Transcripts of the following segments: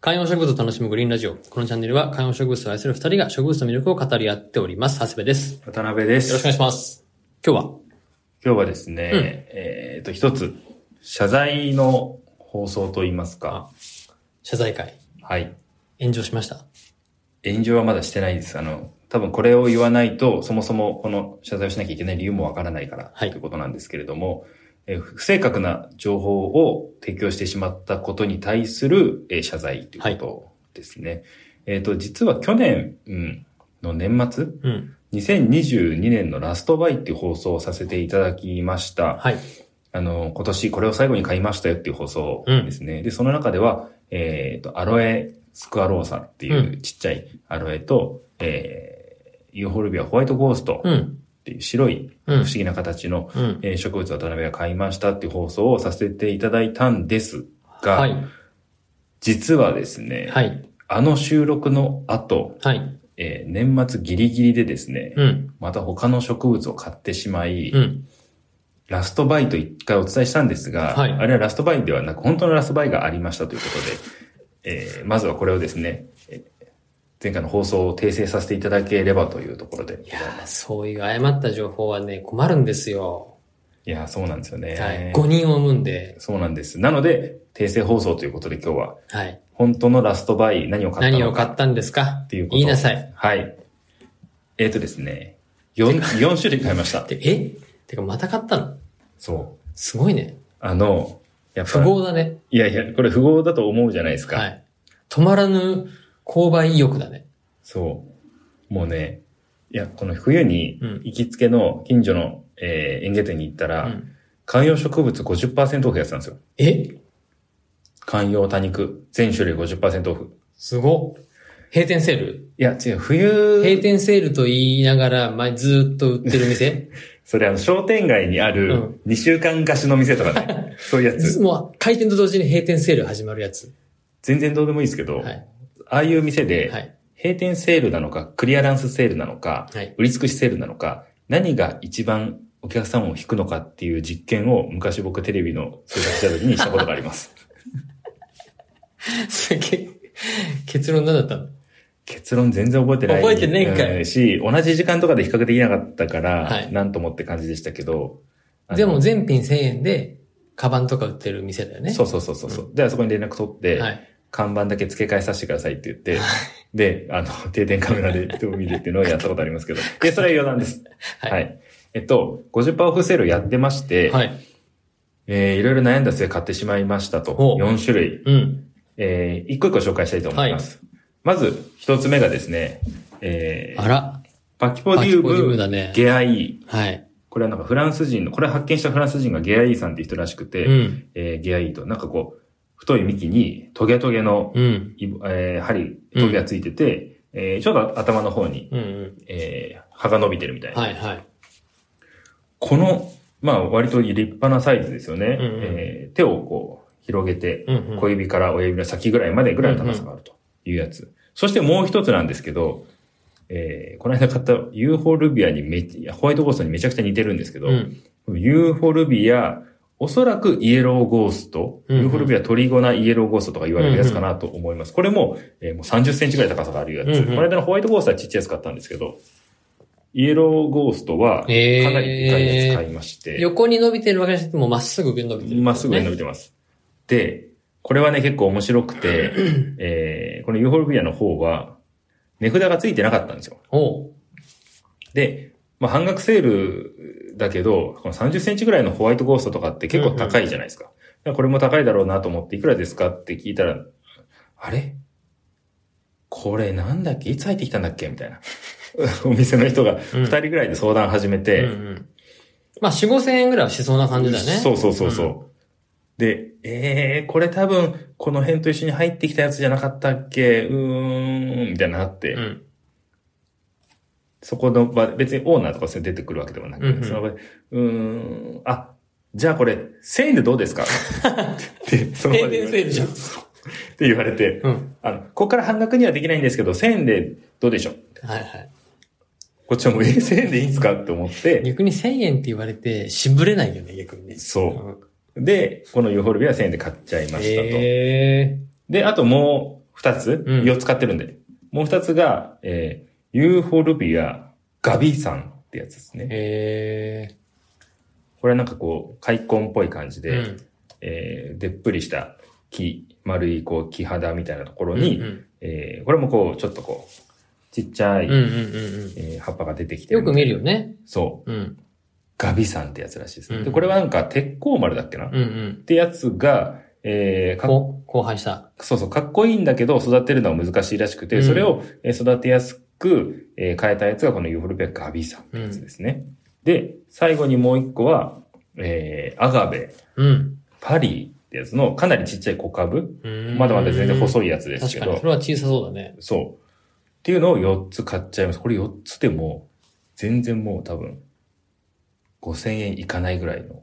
観葉植物を楽しむグリーンラジオ。このチャンネルは観葉植物を愛する二人が植物の魅力を語り合っております。長谷部です。 渡辺です。 よろしくお願いします。今日はですね、一つ、謝罪の放送といいますか。 謝罪会。 はい。 炎上しました？ 炎上はまだしてないです。多分これを言わないと、そもそもこの謝罪をしなきゃいけない理由もわからないから、ということなんですけれども、不正確な情報を提供してしまったことに対する、謝罪ということですね。実は去年、の年末、2022年のラストバイっていう放送をさせていただきました。 はい。 今年これを最後に買いましたよっていう放送ですね。で、その中では、アロエスクアローサっていうちっちゃいアロエと、ユーフォルビアホワイトゴーストっていう白い不思議な形の植物を渡辺が買いましたっていう放送をさせていただいたんですが、はい、実はですね、はい、収録の後、はい、年末ギリギリでですね、また他の植物を買ってしまい、ラストバイと一回お伝えしたんですが、はい、あれはラストバイではなく本当のラストバイがありましたということで、まずはこれをですね、前回の放送を訂正させていただければというところで。 いやー、そういう誤った情報はね、困るんですよ。 いやー、そうなんですよね。 はい。5人を生むんで。 そうなんです。なので、訂正放送ということで今日は、はい。本当のラストバイ、何を買ったのか。 何を買ったんですかっていうこと。 言いなさい。 はい。ですね、4種類買いました。 てかまた買ったの？ そう。 すごいね。 やっぱ。 富豪だね。 いやいや、これ富豪だと思うじゃないですか。 はい。止まらぬ購買意欲だね。 そう。もうね、この冬に行きつけの近所の、園芸店に行ったら、観葉植物 50% オフやってたんですよ。観葉多肉、全種類 50% オフ。 すごっ。閉店セール？ いや、違う、冬。 閉店セールと言いながら、ずーっと売ってる店それ商店街にある2週間貸しの店とかね。そういうやつ。 もう開店と同時に閉店セール始まるやつ。 全然どうでもいいですけど、はい、ああいう店で、はい、閉店セールなのか、クリアランスセールなのか、はい、売り尽くしセールなのか、何が一番お客さんを引くのかっていう実験を昔僕テレビの制作した時にしたことがあります。 結論何だったの？ 結論全然覚えてない。 覚えてないんかい。 し、同じ時間とかで比較できなかったから、はい、なんともって感じでしたけど。 でも全品1000円で、カバンとか売ってる店だよね。 そう。で、そこに連絡取って、はい、看板だけ付け替えさせてくださいって言って、で、定点カメラで人を見るっていうのをやったことありますけど。で、それは余談です。はい。50% オフセールやってまして、はい。いろいろ悩んだ末買ってしまいましたと。4種類。一個一個紹介したいと思います。はい、まず、一つ目がですね、パキポデュームゲアイー。はい。これはなんかフランス人の、これ発見したフランス人がゲアイーさんって人らしくて、ゲアイーと、なんかこう、太い幹にトゲトゲの、針、トゲがついてて、ちょうど頭の方に、葉が伸びてるみたいな。はいはい。この、割と立派なサイズですよね。手をこう、広げて、小指から親指の先ぐらいまでぐらいの高さがあるというやつ。そしてもう一つなんですけど、この間買ったユーフォルビアにホワイトゴーストにめちゃくちゃ似てるんですけど、ユーフォルビア、おそらくイエローゴースト、ユーフォルビアトリゴナイエローゴーストとか言われるやつかなと思います。これも、もう30センチぐらい高さがあるやつ。この間のホワイトゴーストはちっちゃいやつ買ったんですけど、イエローゴーストはかなりでかいやつ買いまして。 横に伸びてるわけじゃなくてもまっすぐ上に伸びてる、 まっすぐ上に伸びてます。で、これはね結構面白くて、このユーフォルビアの方は値札がついてなかったんですよ。で、半額セールだけど、この30センチぐらいのホワイトゴーストとかって結構高いじゃないですか。これも高いだろうなと思っていくらですかって聞いたら、あれこれなんだっけいつ入ってきたんだっけみたいな。お店の人が2人ぐらいで相談始めて。 4、5千円ぐらいはしそうな感じだよね。 そう。で、これ多分この辺と一緒に入ってきたやつじゃなかったっけみたいなのあって。そこの場で、別にオーナーとか出てくるわけでもなく、その場で、じゃあこれ、1000円でどうですかって、その場で。 1000円じゃん。 って言われて、ここから半額にはできないんですけど、1000円でどうでしょうはいはい。 こっちはもう1000円でいいんですかって思って。 逆に1000円って言われて、渋れないよね、逆にね。 そう。で、このユーフォルビアは1000円で買っちゃいましたと。で、あとも 2つ、4つ買ってるんで。もう2つが、ユーフォルビアガビさんってやつですね。これはなんかこう、開墾っぽい感じで、でっぷりした丸いこう木肌みたいなところに、これもこう、ちょっとこう、ちっちゃい、葉っぱが出てきてよく見るよね。 そう。ガビさんってやつらしいですね。で、これはなんか鉄鋼丸だっけな、ってやつが、 交配した。 そうそう、かっこいいんだけど育てるのは難しいらしくて、それを育てやすく変えたやつがこのユーフォルビアガビさんってやつですね。で、最後にもう一個は、アガベ、パリーってやつのかなりちっちゃい小株。まだまだ全然細いやつですけど。 確かに、それは小さそうだね。 そう。っていうのを4つ買っちゃいます。これ4つでも、全然もう多分、5000円いかないぐらいの。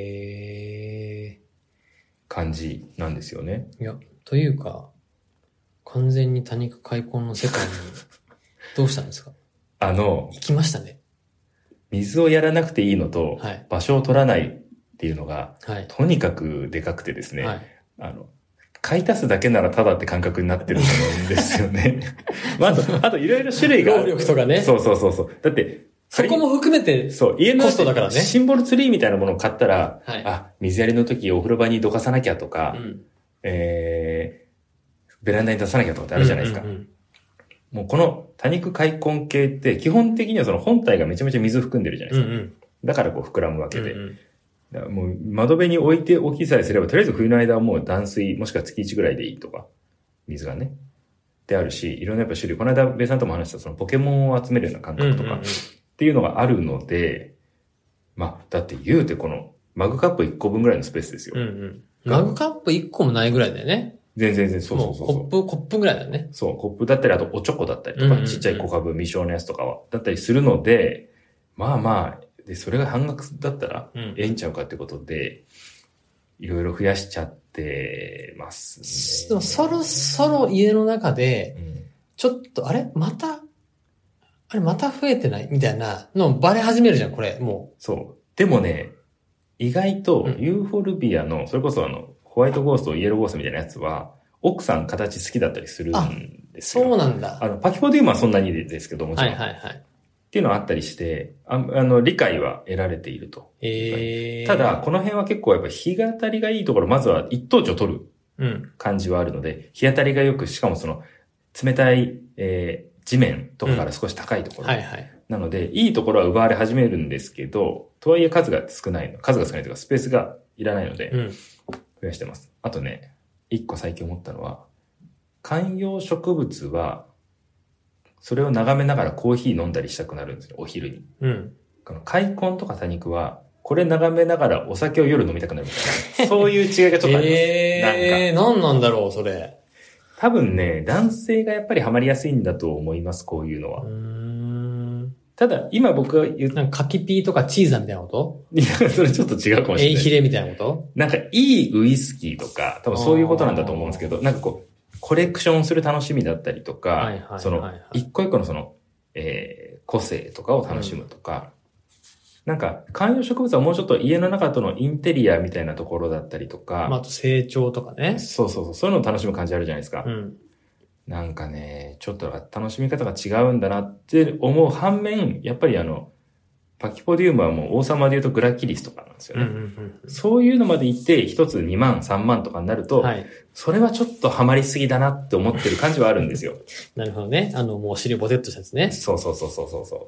感じなんですよね。 いや、というか、完全に多肉開墾の世界に、どうしたんですか？行きましたね。 水をやらなくていいのと、場所を取らないっていうのが、とにかくでかくてですね、買い足すだけならただって感覚になってると思うんですよね。まあ、あといろいろ種類が。 労力とかね。 そう。だって、 そこも含めて、 そう、家のコストだからね。 シンボルツリーみたいなものを買ったら、水やりの時お風呂場にどかさなきゃとか、ベランダに出さなきゃとかってあるじゃないですか。もうこの多肉開墾系って基本的にはその本体がめちゃめちゃ水含んでるじゃないですか。だからこう膨らむわけで。だからもう窓辺に置いておきさえすれば、とりあえず冬の間はもう断水、もしくは月1ぐらいでいいとか、水がね。であるし、いろんなやっぱ種類、この間ベイさんとも話したそのポケモンを集めるような感覚とか、っていうのがあるので、まあ、だって言うてこのマグカップ1個分ぐらいのスペースですよ。 マグカップ1個もないぐらいだよね。 全然、そう。 コップぐらいだよね。 そう、コップだったり、あとおチョコだったりとか、ちっちゃい小株、未生のやつとかは、だったりするので、まあ、で、それが半額だったら、ええんちゃうかってことで、いろいろ増やしちゃってますね。 でもそろそろ家の中で、ちょっと、あれまた増えてないみたいなのバレ始めるじゃん、これ、もう。 そう。でもね、意外と、ユーフォルビアの、それこそホワイトゴースト、イエローゴーストみたいなやつは、奥さん形好きだったりするんですよ。 そうなんだ。 パキポディウムはそんなにですけど、もちろん。っていうのはあったりして、理解は得られていると。ただ、この辺は結構やっぱ日当たりがいいところ、まずは一等地を取る感じはあるので、日当たりがよく、しかもその、冷たい、地面とかから少し高いところ。なので、いいところは奪われ始めるんですけど、とはいえ数が少ないというか、スペースがいらないので、増やしてます。あとね、一個最近思ったのは、観葉植物は、それを眺めながらコーヒー飲んだりしたくなるんですよ、お昼に。この開墾とか多肉は、これ眺めながらお酒を夜飲みたくなるみたいな。そういう違いがちょっとあります。 何なんだろう、それ。 多分ね、男性がやっぱりハマりやすいんだと思います、こういうのは。ただ、今僕が言う。 なんかカキピーとかチーザーみたいなこと？ いや、それちょっと違うかもしれない。 エイヒレみたいなこと？ なんか、いいウイスキーとか、多分そういうことなんだと思うんですけど、なんかこう、コレクションする楽しみだったりとか、その、一個一個のその、個性とかを楽しむとか、なんか、観葉植物はもうちょっと家の中とのインテリアみたいなところだったりとか、 あと成長とかね。 そういうのを楽しむ感じあるじゃないですか。なんかね、ちょっと楽しみ方が違うんだなって思う反面、やっぱりパキポディウムはもう王様で言うとグラキリスとかなんですよね。そういうのまで行って一つ2万、3万とかになると、それはちょっとハマりすぎだなって思ってる感じはあるんですよ。 なるほどね。もうお尻ボテッとしたやつね。 そう。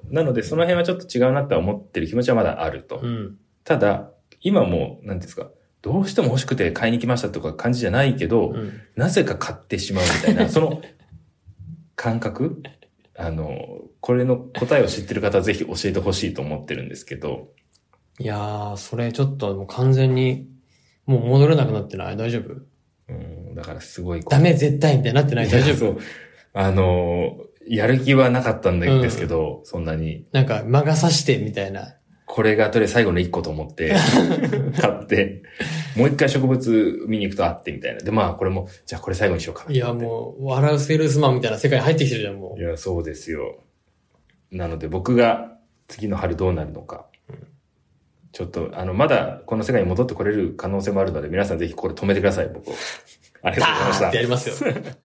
なのでその辺はちょっと違うなって思ってる気持ちはまだあると。ただ、今もう、なんですか、どうしても欲しくて買いに来ましたとか感じじゃないけど、なぜか買ってしまうみたいな、その感覚これの答えを知ってる方はぜひ教えてほしいと思ってるんですけど。 いやー、それちょっともう完全に、もう戻れなくなってない？大丈夫？ だからすごい。 ダメ絶対みたいになってない？大丈夫？そう。 やる気はなかったんですけど、そんなに。 なんか、魔が差してみたいな。 これがとりあえず最後の一個と思って、買って、もう一回植物見に行くとあってみたいな。で、まあこれも、じゃあこれ最後にしようかな。 いやもう、笑うセールスマンみたいな世界に入ってきてるじゃん、もう。 いや、そうですよ。なので僕が次の春どうなるのか。ちょっと、まだこの世界に戻ってこれる可能性もあるので、皆さんぜひこれ止めてください、僕を。ありがとうございました。 ってやりますよ。